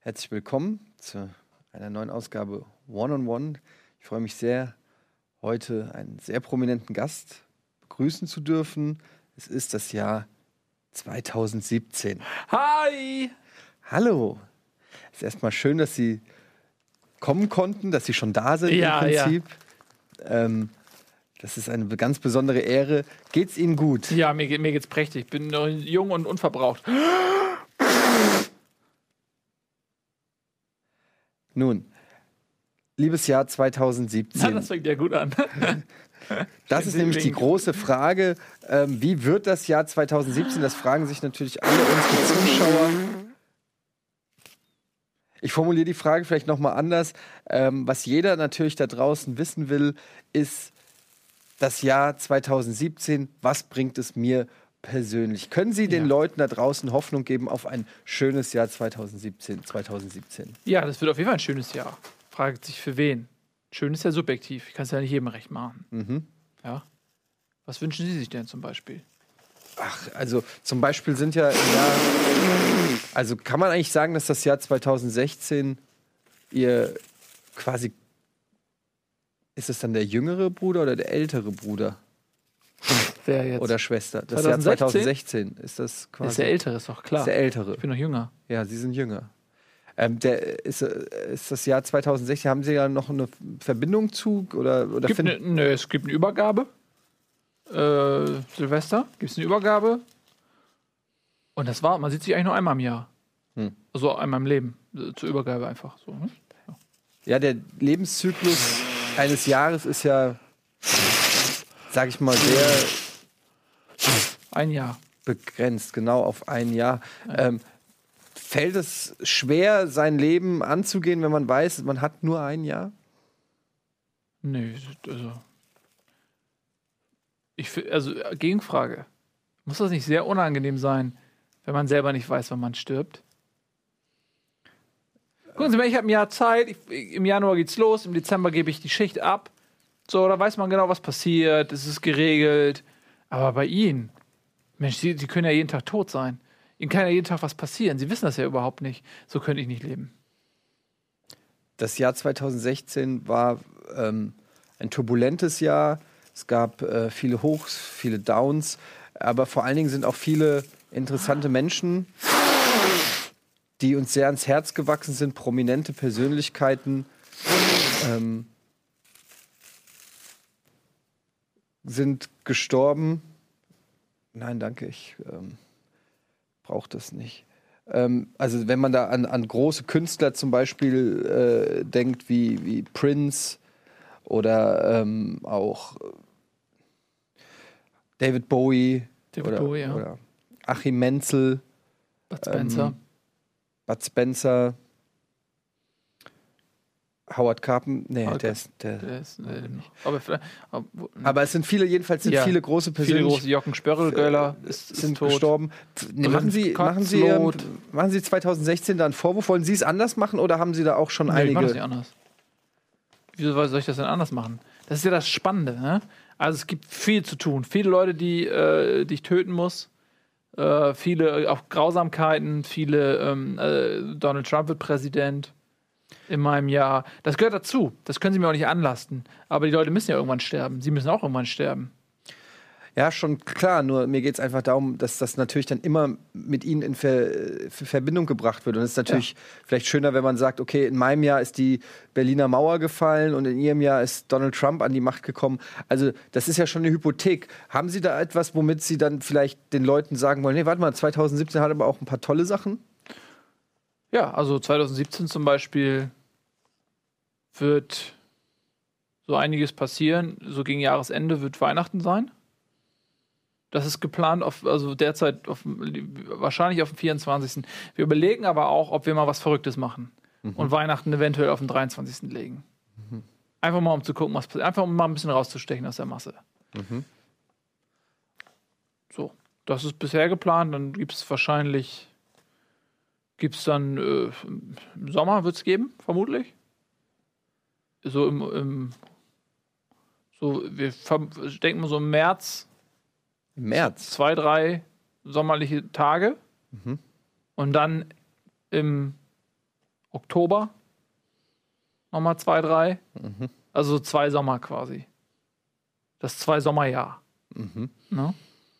Herzlich willkommen zu einer neuen Ausgabe One-on-One. Ich freue mich sehr, heute einen sehr prominenten Gast begrüßen zu dürfen. Es ist das Jahr 2017. Hi! Hallo! Es ist erstmal schön, dass Sie kommen konnten, dass Sie schon da sind Ja, im Prinzip. Das ist eine ganz besondere Ehre. Geht's Ihnen gut? Ja, mir geht's prächtig. Ich bin noch jung und unverbraucht. Nun, liebes Jahr 2017. Na, das fängt ja gut an. Das ist nämlich die große Frage. Wie wird das Jahr 2017? Das fragen sich natürlich alle unsere Zuschauer. Ich formuliere die Frage vielleicht nochmal anders. Was jeder natürlich da draußen wissen will, ist das Jahr 2017. Was bringt es mir persönlich? Können Sie den Leuten da draußen Hoffnung geben auf ein schönes Jahr 2017? Ja, das wird auf jeden Fall ein schönes Jahr. Fragt sich für wen? Schön ist ja subjektiv. Ich kann es ja nicht jedem recht machen. Mhm. Ja. Was wünschen Sie sich denn zum Beispiel? Ach, also zum Beispiel sind ja im Jahr, also kann man eigentlich sagen, dass das Jahr 2016 ihr quasi, ist es dann der jüngere Bruder oder der ältere Bruder? Wer jetzt? Oder Schwester? Das 2016? Jahr 2016 ist das quasi. Ist der ältere, ist doch klar. Ist der ältere. Ich bin noch jünger. Ja, Sie sind jünger. Ist das Jahr 2016, haben Sie ja noch eine Verbindung zu? Oder Es gibt eine Übergabe. Silvester gibt es eine Übergabe. Und das war, man sieht sich eigentlich nur einmal im Jahr. Also einmal im Leben. Zur Übergabe einfach. So, ne? Ja, der Lebenszyklus eines Jahres ist ja, sag ich mal, sehr ein Jahr. Begrenzt, genau auf ein Jahr. Ja. Fällt es schwer, sein Leben anzugehen, wenn man weiß, man hat nur ein Jahr? Nö, also Gegenfrage. Muss das nicht sehr unangenehm sein, wenn man selber nicht weiß, wann man stirbt? Gucken Sie mal, ich habe ein Jahr Zeit, im Januar geht's los, im Dezember gebe ich die Schicht ab. So, da weiß man genau, was passiert, es ist geregelt. Aber bei Ihnen, Mensch, Sie können ja jeden Tag tot sein. Ihnen kann ja jeden Tag was passieren. Sie wissen das ja überhaupt nicht. So könnte ich nicht leben. Das Jahr 2016 war ein turbulentes Jahr. Es gab viele Hochs, viele Downs. Aber vor allen Dingen sind auch viele interessante Menschen, die uns sehr ans Herz gewachsen sind, prominente Persönlichkeiten, sind gestorben. Nein, danke, ich brauche das nicht. Also wenn man da an große Künstler zum Beispiel denkt, wie Prince oder auch David Bowie, oder Achim Mentzel, Bud Spencer, Howard Carpenter, der ist nicht. Aber es sind viele, jedenfalls sind viele große Persönlichkeiten. Viele große Jochen Spörl-Göller sind tot. Gestorben. Machen Sie 2016 da einen Vorwurf? Wollen Sie es anders machen oder haben Sie da auch schon einige? Ich mache das nicht anders. Wieso soll ich das denn anders machen? Das ist ja das Spannende. Ne? Also es gibt viel zu tun. Viele Leute, die ich töten muss. Viele auch Grausamkeiten. Viele Donald Trump wird Präsident in meinem Jahr. Das gehört dazu. Das können Sie mir auch nicht anlasten. Aber die Leute müssen ja irgendwann sterben. Sie müssen auch irgendwann sterben. Ja, schon klar. Nur mir geht es einfach darum, dass das natürlich dann immer mit Ihnen in Verbindung gebracht wird. Und es ist natürlich vielleicht schöner, wenn man sagt, okay, in meinem Jahr ist die Berliner Mauer gefallen und in Ihrem Jahr ist Donald Trump an die Macht gekommen. Also das ist ja schon eine Hypothek. Haben Sie da etwas, womit Sie dann vielleicht den Leuten sagen wollen, nee, warte mal, 2017 hat aber auch ein paar tolle Sachen? Ja, also 2017 zum Beispiel wird so einiges passieren. So gegen Jahresende wird Weihnachten sein. Das ist geplant, wahrscheinlich auf dem 24. Wir überlegen aber auch, ob wir mal was Verrücktes machen und Weihnachten eventuell auf den 23. legen. Einfach mal, um zu gucken, was passiert. Einfach, um mal ein bisschen rauszustechen aus der Masse. So, das ist bisher geplant. Dann gibt es wahrscheinlich, im Sommer wird es geben, vermutlich. So wir denken mal so im März. 2, 3 sommerliche Tage. Und dann im Oktober. Nochmal 2, 3. Also 2 Sommer quasi. Das 2 Sommerjahr. Ne?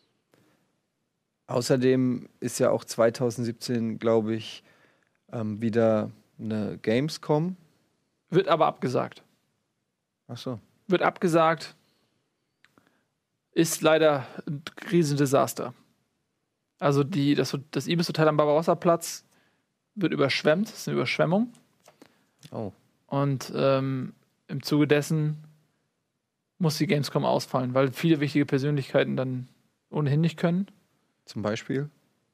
Außerdem ist ja auch 2017, glaube ich, wieder eine Gamescom. Wird aber abgesagt. Ach so. Wird abgesagt. Ist leider ein Riesendesaster. Also das Ibis-Hotel am Barbarossa-Platz wird überschwemmt. Das ist eine Überschwemmung. Oh. Und im Zuge dessen muss die Gamescom ausfallen, weil viele wichtige Persönlichkeiten dann ohnehin nicht können. Zum Beispiel?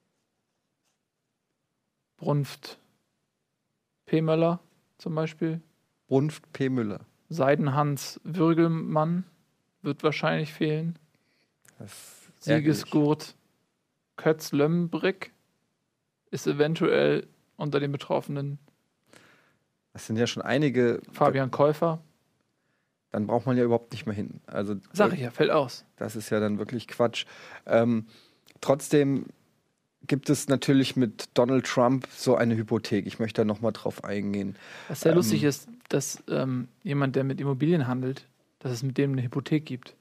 Brunft P. Möller zum Beispiel. Brunft P. Müller. Seidenhans Würgelmann wird wahrscheinlich fehlen. Siegesgurt Kötz-Lömbrick ist eventuell unter den Betroffenen. Das sind ja schon einige. Fabian Käufer. Dann braucht man ja überhaupt nicht mehr hin. Also, Sag ich ja, fällt aus. Das ist ja dann wirklich Quatsch. Trotzdem gibt es natürlich mit Donald Trump so eine Hypothek. Ich möchte da nochmal drauf eingehen. Was sehr lustig ist, dass jemand, der mit Immobilien handelt, dass es mit dem eine Hypothek gibt.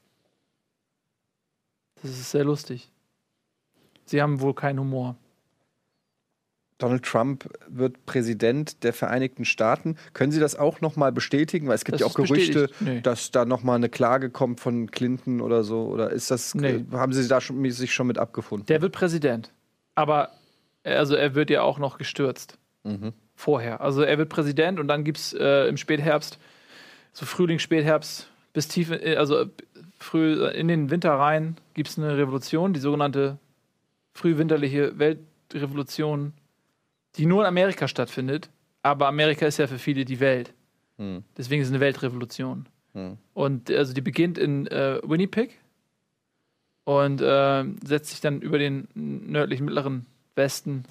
Das ist sehr lustig. Sie haben wohl keinen Humor. Donald Trump wird Präsident der Vereinigten Staaten. Können Sie das auch nochmal bestätigen? Weil es gibt ja auch Gerüchte, dass da nochmal eine Klage kommt von Clinton oder so. Oder ist das, haben Sie da sich schon mit abgefunden? Der wird Präsident. Aber also er wird ja auch noch gestürzt. Vorher. Also er wird Präsident und dann gibt es im Spätherbst, so Frühling, Spätherbst, bis tief, also früh in den Winter rein, gibt es eine Revolution, die sogenannte frühwinterliche Weltrevolution, die nur in Amerika stattfindet. Aber Amerika ist ja für viele die Welt. Deswegen ist es eine Weltrevolution. Und also die beginnt in Winnipeg und setzt sich dann über den nördlichen mittleren Westen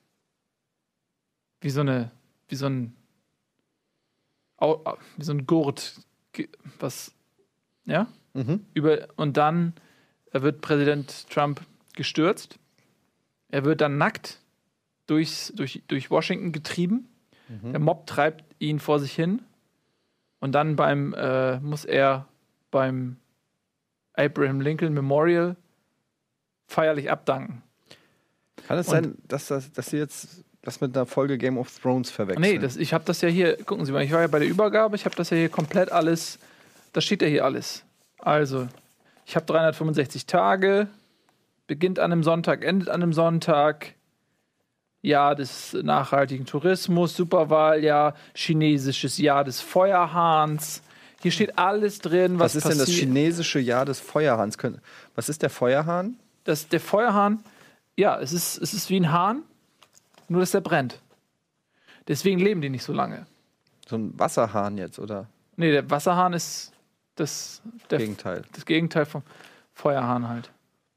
wie so ein Gurt, was, ja? Und dann wird Präsident Trump gestürzt. Er wird dann nackt durch Washington getrieben. Der Mob treibt ihn vor sich hin. Und dann muss er beim Abraham Lincoln Memorial feierlich abdanken. Kann es sein, dass Sie jetzt das mit einer Folge Game of Thrones verwechseln? Nee, ich habe das ja hier, gucken Sie mal, ich war ja bei der Übergabe, ich habe das ja hier komplett alles, da steht ja hier alles. Also, ich habe 365 Tage, beginnt an einem Sonntag, endet an einem Sonntag, Jahr des nachhaltigen Tourismus, Superwahljahr, chinesisches Jahr des Feuerhahns. Hier steht alles drin, was ist denn das chinesische Jahr des Feuerhahns? Was ist der Feuerhahn? Der Feuerhahn, ja, es ist wie ein Hahn, nur dass der brennt. Deswegen leben die nicht so lange. So ein Wasserhahn jetzt, oder? Nee, der Wasserhahn ist das Gegenteil. Das Gegenteil vom Feuerhahn halt.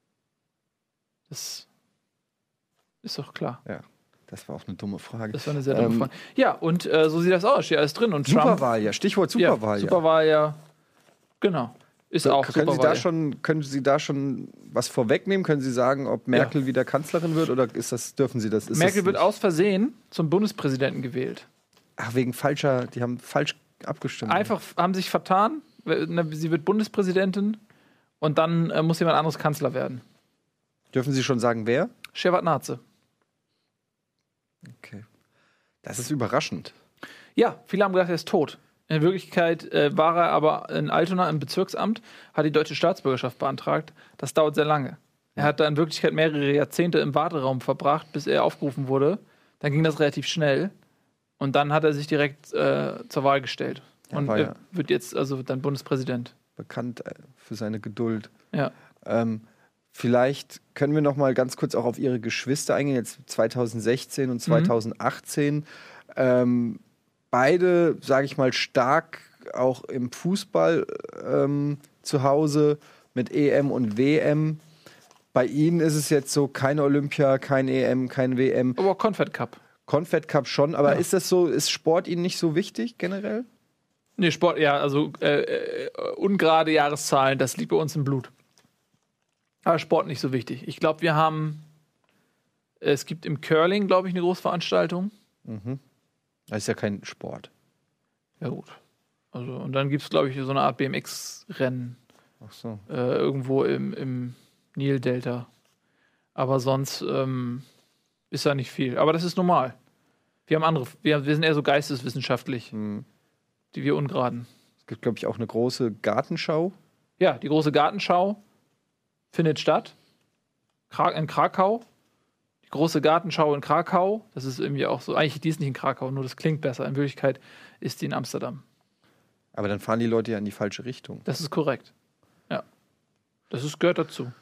Das ist doch klar. Ja, das war auch eine dumme Frage. Das war eine sehr dumme Frage. Ja, und so sieht das aus. Steht alles drin. Und Superwahljahr, Stichwort Superwahljahr. Ja, Superwahljahr, genau. Ist auch Können Sie da schon was vorwegnehmen? Können Sie sagen, ob Merkel wieder Kanzlerin wird oder dürfen Sie das? Merkel wird aus Versehen zum Bundespräsidenten gewählt. Ach, die haben falsch abgestimmt. Einfach haben sich vertan. Sie wird Bundespräsidentin und dann muss jemand anderes Kanzler werden. Dürfen Sie schon sagen, wer? Shevardnadze. Okay. Das ist überraschend. Ja, viele haben gedacht, er ist tot. In Wirklichkeit war er aber in Altona im Bezirksamt, hat die deutsche Staatsbürgerschaft beantragt. Das dauert sehr lange. Er hat da in Wirklichkeit mehrere Jahrzehnte im Warteraum verbracht, bis er aufgerufen wurde. Dann ging das relativ schnell. Und dann hat er sich direkt zur Wahl gestellt. Ja, und wird jetzt also dann Bundespräsident. Bekannt für seine Geduld. Ja. Vielleicht können wir noch mal ganz kurz auch auf Ihre Geschwister eingehen, jetzt 2016 und 2018. Beide, sage ich mal, stark auch im Fußball zu Hause mit EM und WM. Bei Ihnen ist es jetzt so, kein Olympia, kein EM, kein WM. Aber Confed Cup. Confed Cup schon, aber ist das so, ist Sport Ihnen nicht so wichtig generell? Nee, Sport, ja, also ungerade Jahreszahlen, das liegt bei uns im Blut. Aber Sport nicht so wichtig. Ich glaube, es gibt im Curling, glaube ich, eine Großveranstaltung. Das ist ja kein Sport. Ja, gut. Also, und dann gibt es, glaube ich, so eine Art BMX-Rennen. Ach so. Irgendwo im Nildelta. Aber sonst ist da nicht viel. Aber das ist normal. Wir sind eher so geisteswissenschaftlich, die wir Ungeraden. Es gibt, glaube ich, auch eine große Gartenschau. Ja, die große Gartenschau findet statt. In Krakau. Die große Gartenschau in Krakau. Das ist irgendwie auch so. Eigentlich, die ist nicht in Krakau, nur das klingt besser. In Wirklichkeit ist die in Amsterdam. Aber dann fahren die Leute ja in die falsche Richtung. Das ist korrekt. Ja. Gehört dazu.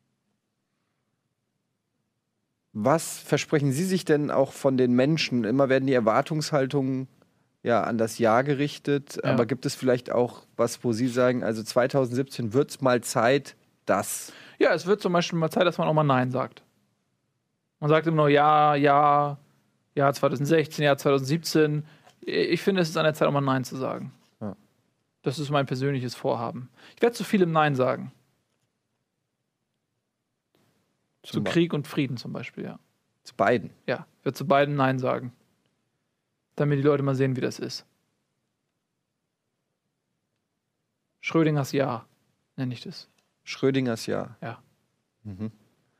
Was versprechen Sie sich denn auch von den Menschen? Immer werden die Erwartungshaltungen ja an das Jahr gerichtet. Ja. Aber gibt es vielleicht auch was, wo Sie sagen, also 2017 wird es mal Zeit, dass... Ja, es wird zum Beispiel mal Zeit, dass man auch mal Nein sagt. Man sagt immer nur Jahr 2016, Jahr 2017. Ich finde, es ist an der Zeit, auch mal Nein zu sagen. Ja. Das ist mein persönliches Vorhaben. Ich werde zu vielem Nein sagen. Zu Krieg und Frieden zum Beispiel, ja. Zu beiden? Ja, ich werde zu beiden Nein sagen. Damit die Leute mal sehen, wie das ist. Schrödingers Ja, nenne ich das. Schrödingers Ja. Ja. Mhm.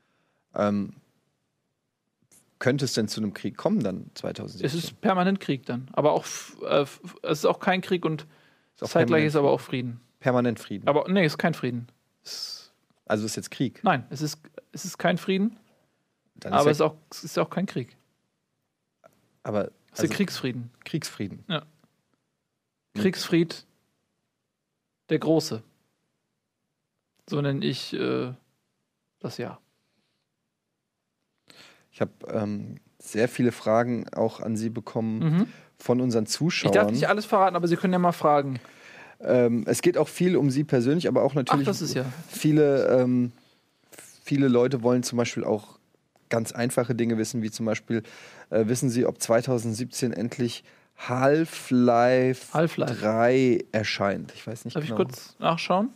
Könnte es denn zu einem Krieg kommen dann 2017? Es ist permanent Krieg dann. Aber auch, es ist auch kein Krieg und zeitgleich ist aber auch Frieden. Permanent Frieden? Aber nee, es ist kein Frieden. Also ist jetzt Krieg? Nein, es ist kein Frieden, Dann aber es ist auch kein Krieg. Aber Es ist Kriegsfrieden. Kriegsfrieden. Ja. Kriegsfried der Große. So nenne ich das Jahr. Ich habe sehr viele Fragen auch an Sie bekommen von unseren Zuschauern. Ich darf nicht alles verraten, aber Sie können ja mal fragen. Es geht auch viel um Sie persönlich, aber auch natürlich das ist ja. viele Leute wollen zum Beispiel auch ganz einfache Dinge wissen, wie zum Beispiel, wissen Sie, ob 2017 endlich Half-Life 3 erscheint? Ich weiß nicht Darf genau. ich kurz nachschauen?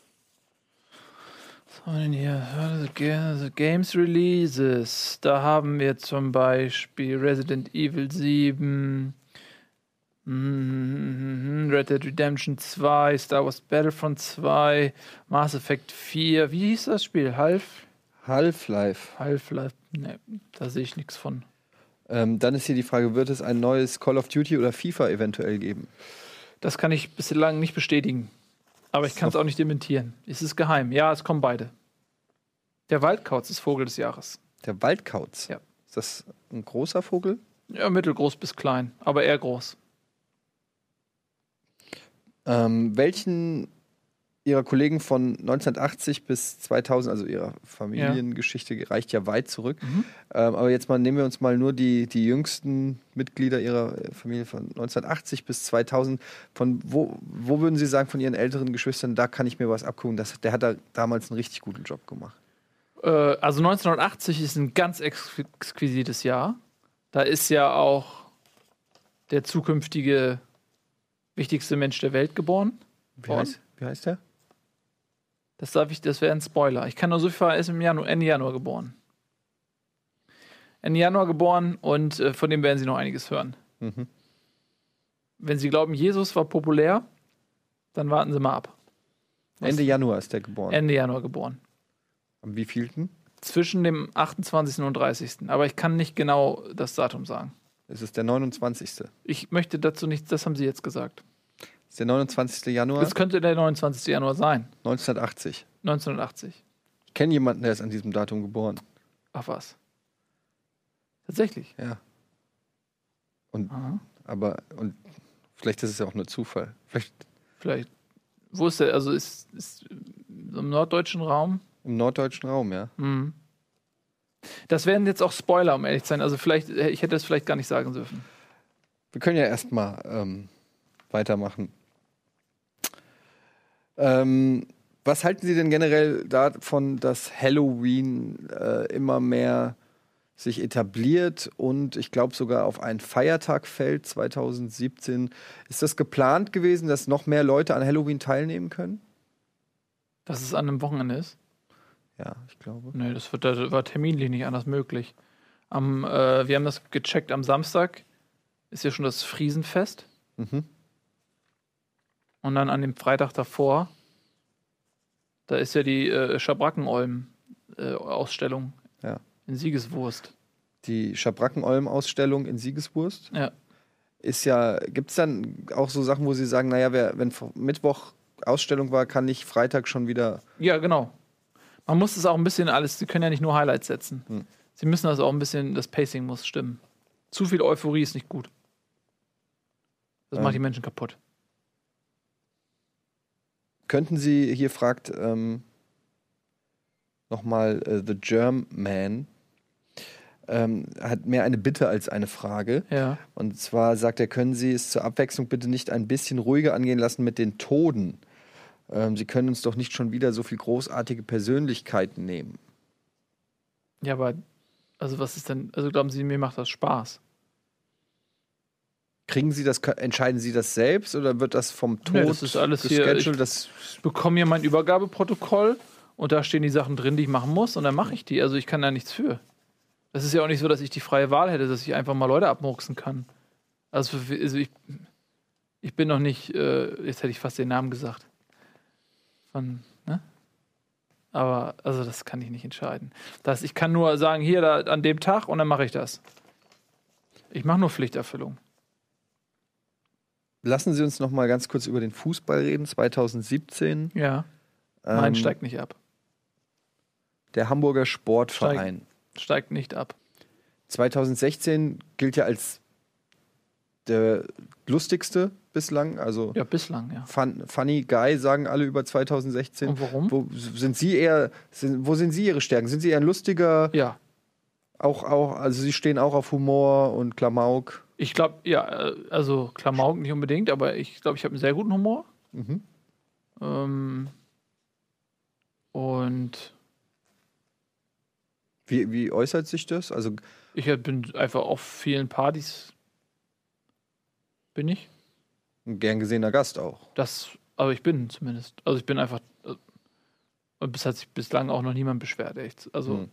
Was haben wir denn hier? The Games Releases. Da haben wir zum Beispiel Resident Evil 7, Red Dead Redemption 2, Star Wars Battlefront 2, Mass Effect 4. Wie hieß das Spiel? Half-Life. Ne, da sehe ich nichts von. Dann ist hier die Frage, wird es ein neues Call of Duty oder FIFA eventuell geben? Das kann ich bislang nicht bestätigen. Aber ich kann es auch nicht dementieren. Es ist geheim. Ja, es kommen beide. Der Waldkauz ist Vogel des Jahres. Der Waldkauz? Ja. Ist das ein großer Vogel? Ja, mittelgroß bis klein, aber eher groß. Welchen Ihrer Kollegen von 1980 bis 2000, also Ihrer Familiengeschichte, reicht ja weit zurück. Aber jetzt nehmen wir uns mal nur die jüngsten Mitglieder Ihrer Familie von 1980 bis 2000. Von wo würden Sie sagen, von Ihren älteren Geschwistern, da kann ich mir was abgucken? Der hat da damals einen richtig guten Job gemacht. Also 1980 ist ein ganz exquisites Jahr. Da ist ja auch der zukünftige wichtigste Mensch der Welt geboren. Wie heißt der? Das wäre ein Spoiler. Ich kann nur so viel verraten, er ist Ende Januar geboren. Ende Januar geboren und von dem werden Sie noch einiges hören. Wenn Sie glauben, Jesus war populär, dann warten Sie mal ab. Ende Januar ist der geboren. Ende Januar geboren. Am wievielten? Zwischen dem 28. und 30. Aber ich kann nicht genau das Datum sagen. Es ist der 29. Ich möchte dazu nichts, das haben Sie jetzt gesagt. Ist der 29. Januar? Es könnte der 29. Januar sein. 1980. 1980. Ich kenne jemanden, der ist an diesem Datum geboren. Ach was. Tatsächlich? Ja. Und vielleicht ist es ja auch nur Zufall. Vielleicht. Wo ist der? Also ist im norddeutschen Raum? Im norddeutschen Raum, ja. Das wären jetzt auch Spoiler, um ehrlich zu sein. Also ich hätte es vielleicht gar nicht sagen dürfen. Wir können ja erstmal weitermachen. Was halten Sie denn generell davon, dass Halloween immer mehr sich etabliert und ich glaube sogar auf einen Feiertag fällt 2017? Ist das geplant gewesen, dass noch mehr Leute an Halloween teilnehmen können? Dass es an einem Wochenende ist? Ja, ich glaube. Nee, das war terminlich nicht anders möglich. Wir haben das gecheckt am Samstag. ist ja schon das Friesenfest. Mhm. Und dann an dem Freitag davor, da ist ja die Schabrackenolm-Ausstellung in Siegeswurst. Die Schabrackenolm-Ausstellung in Siegeswurst? Ja. Gibt es dann auch so Sachen, wo Sie sagen, naja, wenn Mittwoch Ausstellung war, kann nicht Freitag schon wieder... Ja, genau. Man muss es auch ein bisschen alles, Sie können ja nicht nur Highlights setzen. Sie müssen das auch ein bisschen, das Pacing muss stimmen. Zu viel Euphorie ist nicht gut. Das macht die Menschen kaputt. Könnten Sie, hier fragt nochmal The German, hat mehr eine Bitte als eine Frage. Ja. Und zwar sagt er, können Sie es zur Abwechslung bitte nicht ein bisschen ruhiger angehen lassen mit den Toden? Sie können uns doch nicht schon wieder so viel großartige Persönlichkeiten nehmen. Ja, aber, also was ist denn, also glauben Sie, mir macht das Spaß? Entscheiden Sie das selbst oder wird das vom Tod das ist alles gescheduled? Ich bekomme hier mein Übergabeprotokoll und da stehen die Sachen drin, die ich machen muss und dann mache ich die. Also ich kann da nichts für. Das ist ja auch nicht so, dass ich die freie Wahl hätte, dass ich einfach mal Leute abmurksen kann. Also ich bin noch nicht, jetzt hätte ich fast den Namen gesagt. Ne? Aber also das kann ich nicht entscheiden. Ich kann nur sagen, hier da, an dem Tag und dann mache ich das. Ich mache nur Pflichterfüllung. Lassen Sie uns noch mal ganz kurz über den Fußball reden. 2017. Ja. Nein, steigt nicht ab. Der Hamburger Sportverein. Steigt nicht ab. 2016 gilt ja als der lustigste bislang. Also ja, bislang, ja. Funny Guy, sagen alle über 2016. Und warum? Wo sind Sie Ihre Stärken? Sind Sie eher ein lustiger? Ja. Also Sie stehen auch auf Humor und Klamauk? Ich glaube, ja, also Klamauk nicht unbedingt, aber ich glaube, ich habe einen sehr guten Humor. Mhm. Und wie äußert sich das? Also ich bin einfach auf vielen Partys. Bin ich? Ein gern gesehener Gast auch. Aber ich bin zumindest. Also ich bin einfach. Es hat sich bislang auch noch niemand beschwert, echt. Also.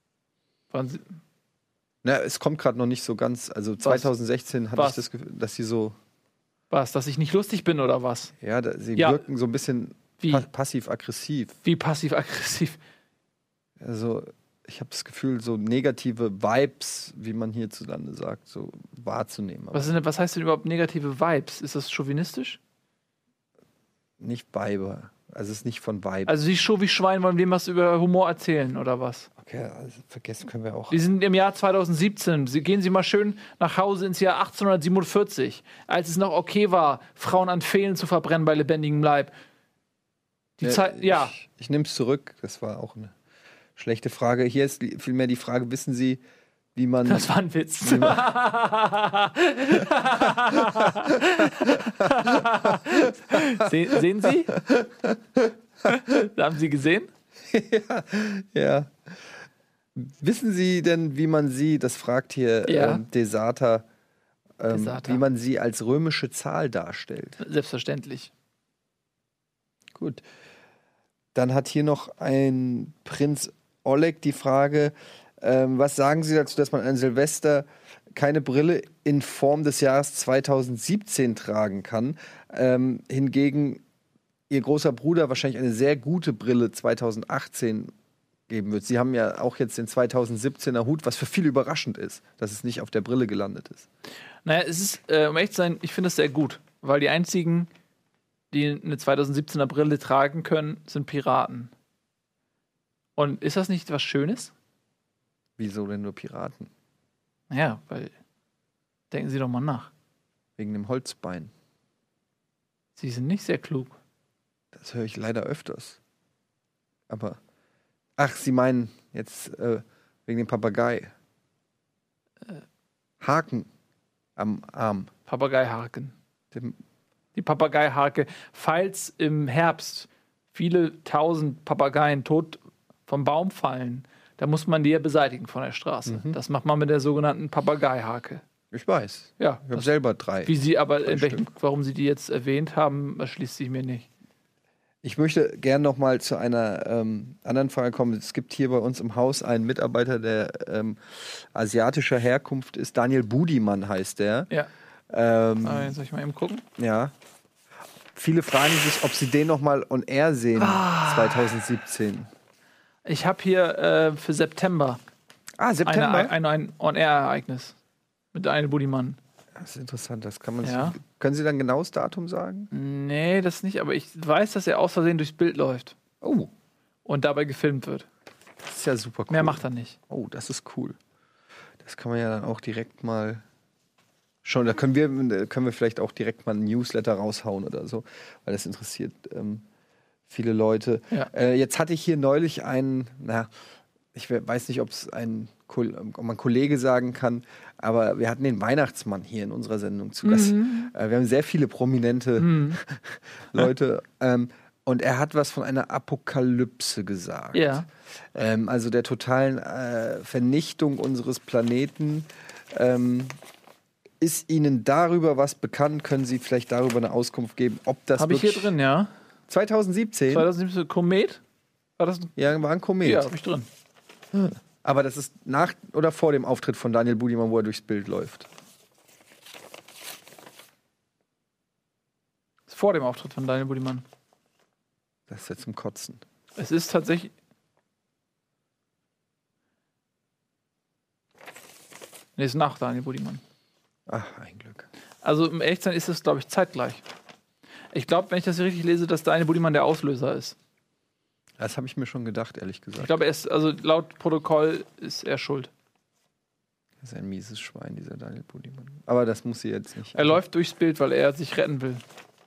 Es kommt gerade noch nicht so ganz. Also 2016 hatte ich das Gefühl, dass sie so. Was? Dass ich nicht lustig bin oder was? Ja, sie wirken so ein bisschen passiv-aggressiv. Wie passiv-aggressiv? Also, ich habe das Gefühl, so negative Vibes, wie man hierzulande sagt, so wahrzunehmen. Was heißt denn überhaupt negative Vibes? Ist das chauvinistisch? Nicht Weiber. Also, es ist nicht von Vibes. Also, Sie wie Schwein wollen dem was über Humor erzählen, oder was? Okay, also vergessen können wir auch. Wir sind im Jahr 2017. Gehen Sie mal schön nach Hause ins Jahr 1847, als es noch okay war, Frauen an Pfählen zu verbrennen bei lebendigem Leib. Ich nehme es zurück. Das war auch eine schlechte Frage. Hier ist vielmehr die Frage, wissen Sie, wie man... Das war ein Witz. Sehen Sie? Haben Sie gesehen? ja. Wissen Sie denn, wie man sie, das fragt hier Desata, wie man sie als römische Zahl darstellt? Selbstverständlich. Gut. Dann hat hier noch ein Prinz Oleg die Frage, was sagen Sie dazu, dass man an Silvester keine Brille in Form des Jahres 2017 tragen kann? Hingegen Ihr großer Bruder wahrscheinlich eine sehr gute Brille 2018 geben wird. Sie haben ja auch jetzt den 2017er Hut, was für viele überraschend ist, dass es nicht auf der Brille gelandet ist. Naja, es ist, um ehrlich zu sein, ich finde es sehr gut, weil die einzigen, die eine 2017er Brille tragen können, sind Piraten. Und ist das nicht was Schönes? Wieso denn nur Piraten? Naja, weil, denken Sie doch mal nach. Wegen dem Holzbein. Sie sind nicht sehr klug. Das höre ich leider öfters. Aber, ach, Sie meinen jetzt wegen dem Papagei. Haken am Arm. Papageihaken. Die Papageiharke. Falls im Herbst viele tausend Papageien tot vom Baum fallen, dann muss man die ja beseitigen von der Straße. Das macht man mit der sogenannten Papageiharke. Ich weiß. Ja. Ich habe selber 3. Wie Sie aber, warum Sie die jetzt erwähnt haben, erschließt sich mir nicht. Ich möchte gerne noch mal zu einer anderen Frage kommen. Es gibt hier bei uns im Haus einen Mitarbeiter, der asiatischer Herkunft ist. Daniel Budiman heißt der. Ja. Soll ich mal eben gucken? Ja. Viele fragen sich, ob sie den noch mal on air sehen 2017. Ich habe hier für September September? ein On-Air-Ereignis mit Daniel Budimann. Das ist interessant, das kann man Ja. Können Sie dann genaues Datum sagen? Nee, das nicht, aber ich weiß, dass er aus Versehen durchs Bild läuft Oh, und dabei gefilmt wird. das ist ja super cool. Mehr macht er nicht. Oh, das ist cool. Das kann man ja dann auch direkt mal schon, da können wir vielleicht auch direkt mal ein Newsletter raushauen oder so, weil das interessiert viele Leute. Ja. Jetzt hatte ich hier neulich ich weiß nicht, ob man Kollege sagen kann, aber wir hatten den Weihnachtsmann hier in unserer Sendung zu Gast. Wir haben sehr viele prominente Leute. Und er hat was von einer Apokalypse gesagt. Ja. Also der totalen Vernichtung unseres Planeten. Ist Ihnen darüber was bekannt? Können Sie vielleicht darüber eine Auskunft geben, ob das Habe ich hier drin, ja. 2017? 2017 Komet? War das Ja, war ein Komet. Ja, habe ich drin. Aber das ist nach oder vor dem Auftritt von Daniel Budimann, wo er durchs Bild läuft? Das ist vor dem Auftritt von Daniel Budimann. Das ist ja zum Kotzen. Es ist tatsächlich. Nee, ist nach Daniel Budimann. Ach, ein Glück. Also im Echtsein ist es, glaube ich, zeitgleich. Ich glaube, wenn ich das hier richtig lese, dass Daniel Budimann der Auslöser ist. Das habe ich mir schon gedacht, ehrlich gesagt. Ich glaube, also laut Protokoll ist er schuld. Das ist ein mieses Schwein, dieser Daniel Budimann. Aber das muss sie jetzt nicht. Er läuft durchs Bild, weil er sich retten will.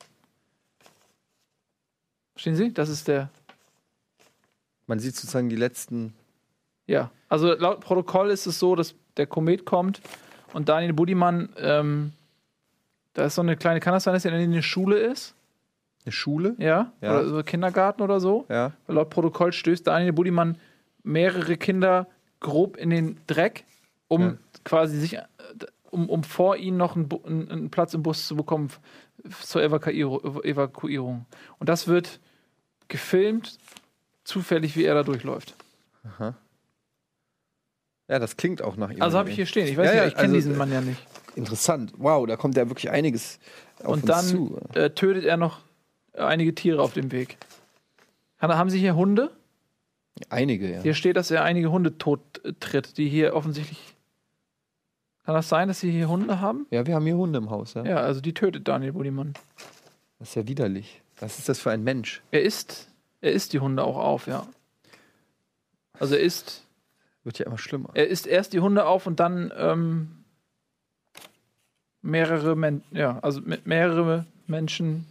Verstehen Sie? Das ist der. Man sieht sozusagen die letzten. Ja, also laut Protokoll ist es so, dass der Komet kommt und Daniel Budimann, da ist so eine kleine, kann das sein, dass er in eine Schule ist? Eine Schule? Ja? Ja. Oder so Kindergarten oder so? Ja. Weil laut Protokoll stößt Daniel Budimann mehrere Kinder grob in den Dreck, um quasi um vor ihnen noch einen Platz im Bus zu bekommen zur Evakuierung. Und das wird gefilmt, zufällig, wie er da durchläuft. Aha. Ja, das klingt auch nach ihm. Also habe ich hier stehen. Ich weiß nicht, ich kenne diesen Mann ja nicht. Interessant. Wow, da kommt ja wirklich einiges auf Und uns dann zu. tötet er noch einige Tiere auf dem Weg. Haben Sie hier Hunde? Einige, ja. Hier steht, dass er einige Hunde tot tritt, die hier offensichtlich. Kann das sein, dass Sie hier Hunde haben? Ja, wir haben hier Hunde im Haus, ja. Ja, also die tötet Daniel Budimann. Das ist ja widerlich. Was ist das für ein Mensch? Er isst die Hunde auch auf, ja. Also Wird ja immer schlimmer. er isst erst die Hunde auf und dann mehrere Menschen.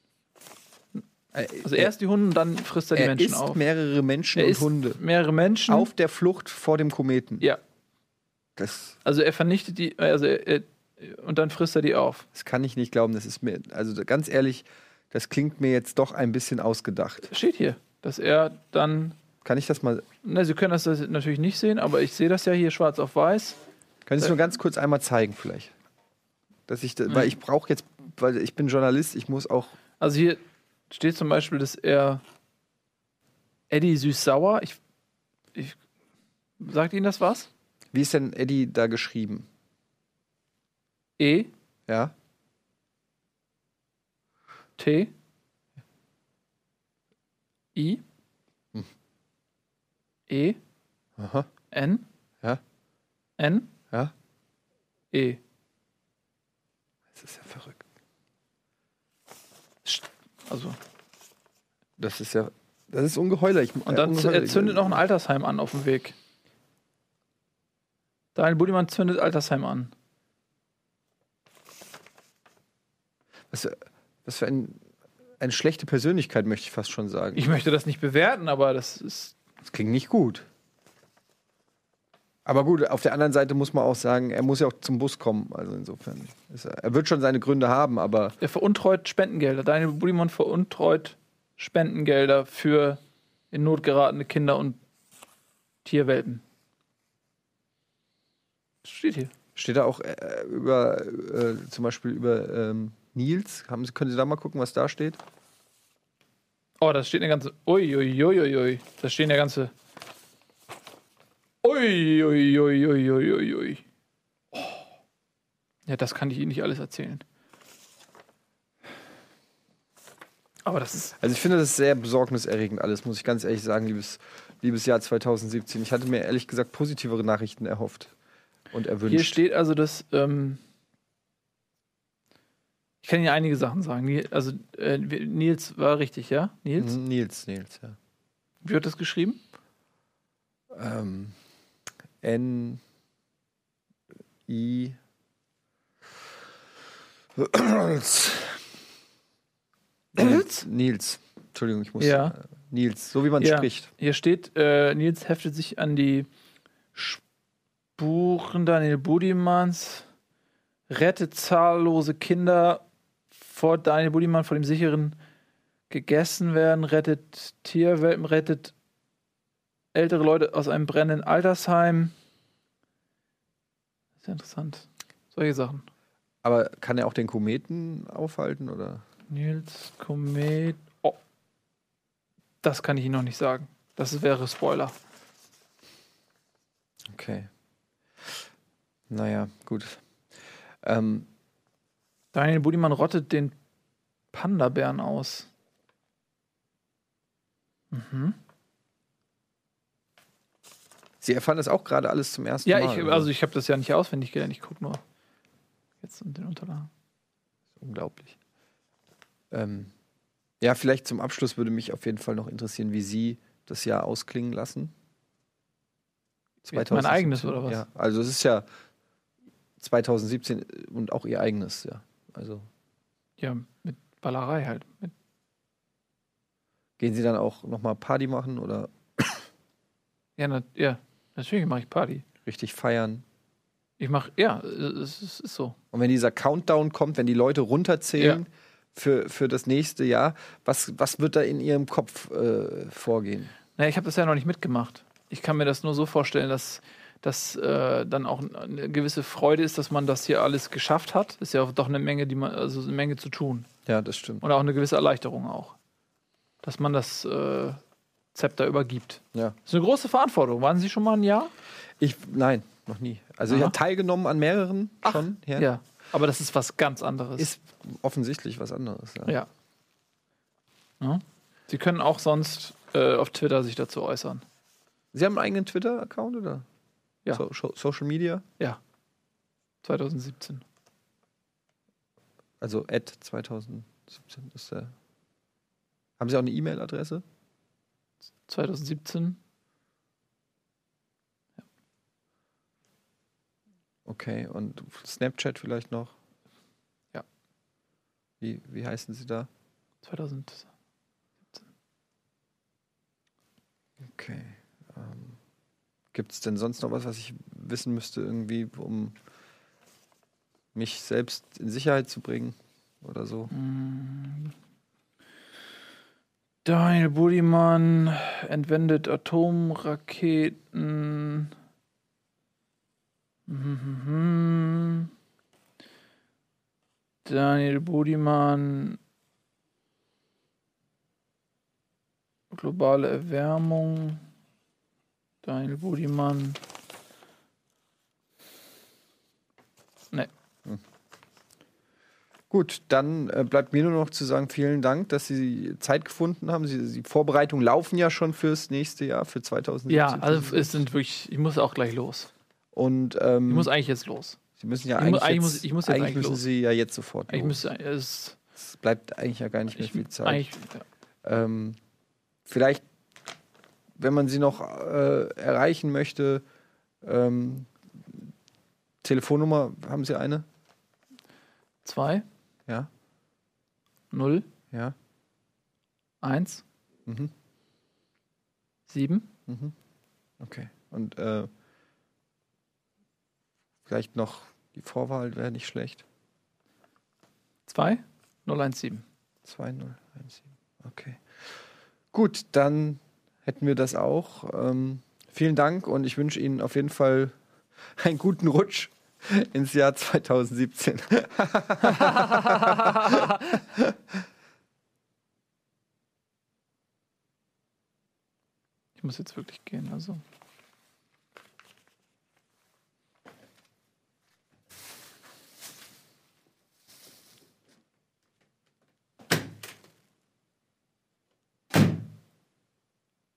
Also erst die Hunde und dann frisst er die Menschen isst auf. mehrere Menschen Er und isst Hunde. mehrere Menschen. Auf der Flucht vor dem Kometen. Ja. Das Also er vernichtet die, und dann frisst er die auf. kann ich nicht glauben. Das ist mir, also ganz ehrlich, das klingt mir jetzt doch ein bisschen ausgedacht. Steht hier, dass er dann. Kann ich das mal. Sie können das natürlich nicht sehen, aber ich sehe das ja hier schwarz auf weiß. Können Sie es nur ganz kurz einmal zeigen, vielleicht? Weil ich brauche jetzt, weil ich bin Journalist, ich muss auch. Also hier steht zum Beispiel, dass er Eddie Süß-Sauer, sagt Ihnen das was? Wie ist denn Eddie da geschrieben? E, Ja? T, I, E, Aha. N, Ja? N, Ja? E. Das ist ja verrückt. Also. Das ist ungeheuerlich. Und dann er zündet noch ein Altersheim an auf dem Weg. Daniel Budimann zündet Altersheim an. Was für eine schlechte Persönlichkeit, möchte ich fast schon sagen. Ich möchte das nicht bewerten, aber das klingt nicht gut. Aber gut, auf der anderen Seite muss man auch sagen, er muss ja auch zum Bus kommen. Also insofern. Er wird schon seine Gründe haben, aber. Er veruntreut Spendengelder. Daniel Budimann veruntreut Spendengelder für in Not geratene Kinder und Tierwelpen. Das steht hier. Steht da auch zum Beispiel über Nils? Können Sie da mal gucken, was da steht? Oh, da steht eine ganze. Uiuiuiui. Da stehen ja ganze. Uiuiuiui. Oh. Ja, das kann ich Ihnen nicht alles erzählen. Aber das ist. Also ich finde das sehr besorgniserregend alles, muss ich ganz ehrlich sagen, liebes Jahr 2017. Ich hatte mir ehrlich gesagt positivere Nachrichten erhofft und erwünscht. Hier steht also, dass. Ich kann Ihnen einige Sachen sagen. Nils war richtig, ja? Nils, ja. Wie wird das geschrieben? N I Nils. Entschuldigung, ich muss. Ja. Nils, so wie man spricht. Hier steht, Nils heftet sich an die Spuren Daniel Budimanns, rettet zahllose Kinder vor Daniel Budimann vor dem sicheren gegessen werden, rettet Tierwelpen, rettet ältere Leute aus einem brennenden Altersheim. Das ist ja interessant. Solche Sachen. Aber kann er auch den Kometen aufhalten, oder? Nils Komet. Oh. Das kann ich Ihnen noch nicht sagen. Das wäre Spoiler. Okay. Naja, gut. Daniel Budimann rottet den Panda-Bären aus. Mhm. Sie erfahren das auch gerade alles zum ersten Mal. Ja, ich habe das ja nicht auswendig gelernt. Ich gucke nur jetzt in den Unterlagen. Unglaublich. Ja, vielleicht zum Abschluss würde mich auf jeden Fall noch interessieren, wie Sie das Jahr ausklingen lassen. Mein eigenes oder was? Ja, also es ist ja 2017 und auch Ihr eigenes, ja. Also ja, mit Ballerei halt. Gehen Sie dann auch nochmal Party machen oder Ja, natürlich mache ich Party. richtig feiern? Es ist so. Und wenn dieser Countdown kommt, wenn die Leute runterzählen für das nächste Jahr, was wird da in Ihrem Kopf vorgehen? Naja, ich habe das ja noch nicht mitgemacht. Ich kann mir das nur so vorstellen, dass dann auch eine gewisse Freude ist, dass man das hier alles geschafft hat. Ist ja auch doch eine Menge, eine Menge zu tun. Ja, das stimmt. Und auch eine gewisse Erleichterung auch. Dass man das Zepter übergibt. Ja. Das ist eine große Verantwortung. Waren Sie schon mal ein Jahr? Nein, noch nie. Also ich habe teilgenommen an mehreren schon. Ja, aber das ist was ganz anderes. Ist offensichtlich was anderes. Ja. Ja. Sie können auch sonst auf Twitter sich dazu äußern. Sie haben einen eigenen Twitter-Account, oder? Ja. Social Media? Ja. 2017. Also @2017 ist der. Haben Sie auch eine E-Mail-Adresse? 2017. Ja. Okay, und Snapchat vielleicht noch? Ja. Wie heißen Sie da? 2017. Okay. Gibt es denn sonst noch was ich wissen müsste, irgendwie, um mich selbst in Sicherheit zu bringen oder so? Daniel Budimann entwendet Atomraketen. Daniel Budimann. Globale Erwärmung. Daniel Budimann. Ne. Gut, dann bleibt mir nur noch zu sagen, vielen Dank, dass Sie Zeit gefunden haben. Die Vorbereitungen laufen ja schon fürs nächste Jahr, für 2017. Ja, also es sind wirklich, ich muss auch gleich los. Und ich muss eigentlich jetzt los. Sie müssen ja eigentlich müssen los. Sie ja jetzt sofort los. Es bleibt eigentlich ja gar nicht mehr viel Zeit. Ja. Vielleicht, wenn man Sie noch erreichen möchte, Telefonnummer, haben Sie eine? 2. Ja. 0. Ja. 1. 7. Okay. Und vielleicht noch die Vorwahl wäre nicht schlecht. 2. 017. 2017. Okay. Gut, dann hätten wir das auch. Vielen Dank und ich wünsche Ihnen auf jeden Fall einen guten Rutsch ins Jahr 2017. Ich muss jetzt wirklich gehen, also.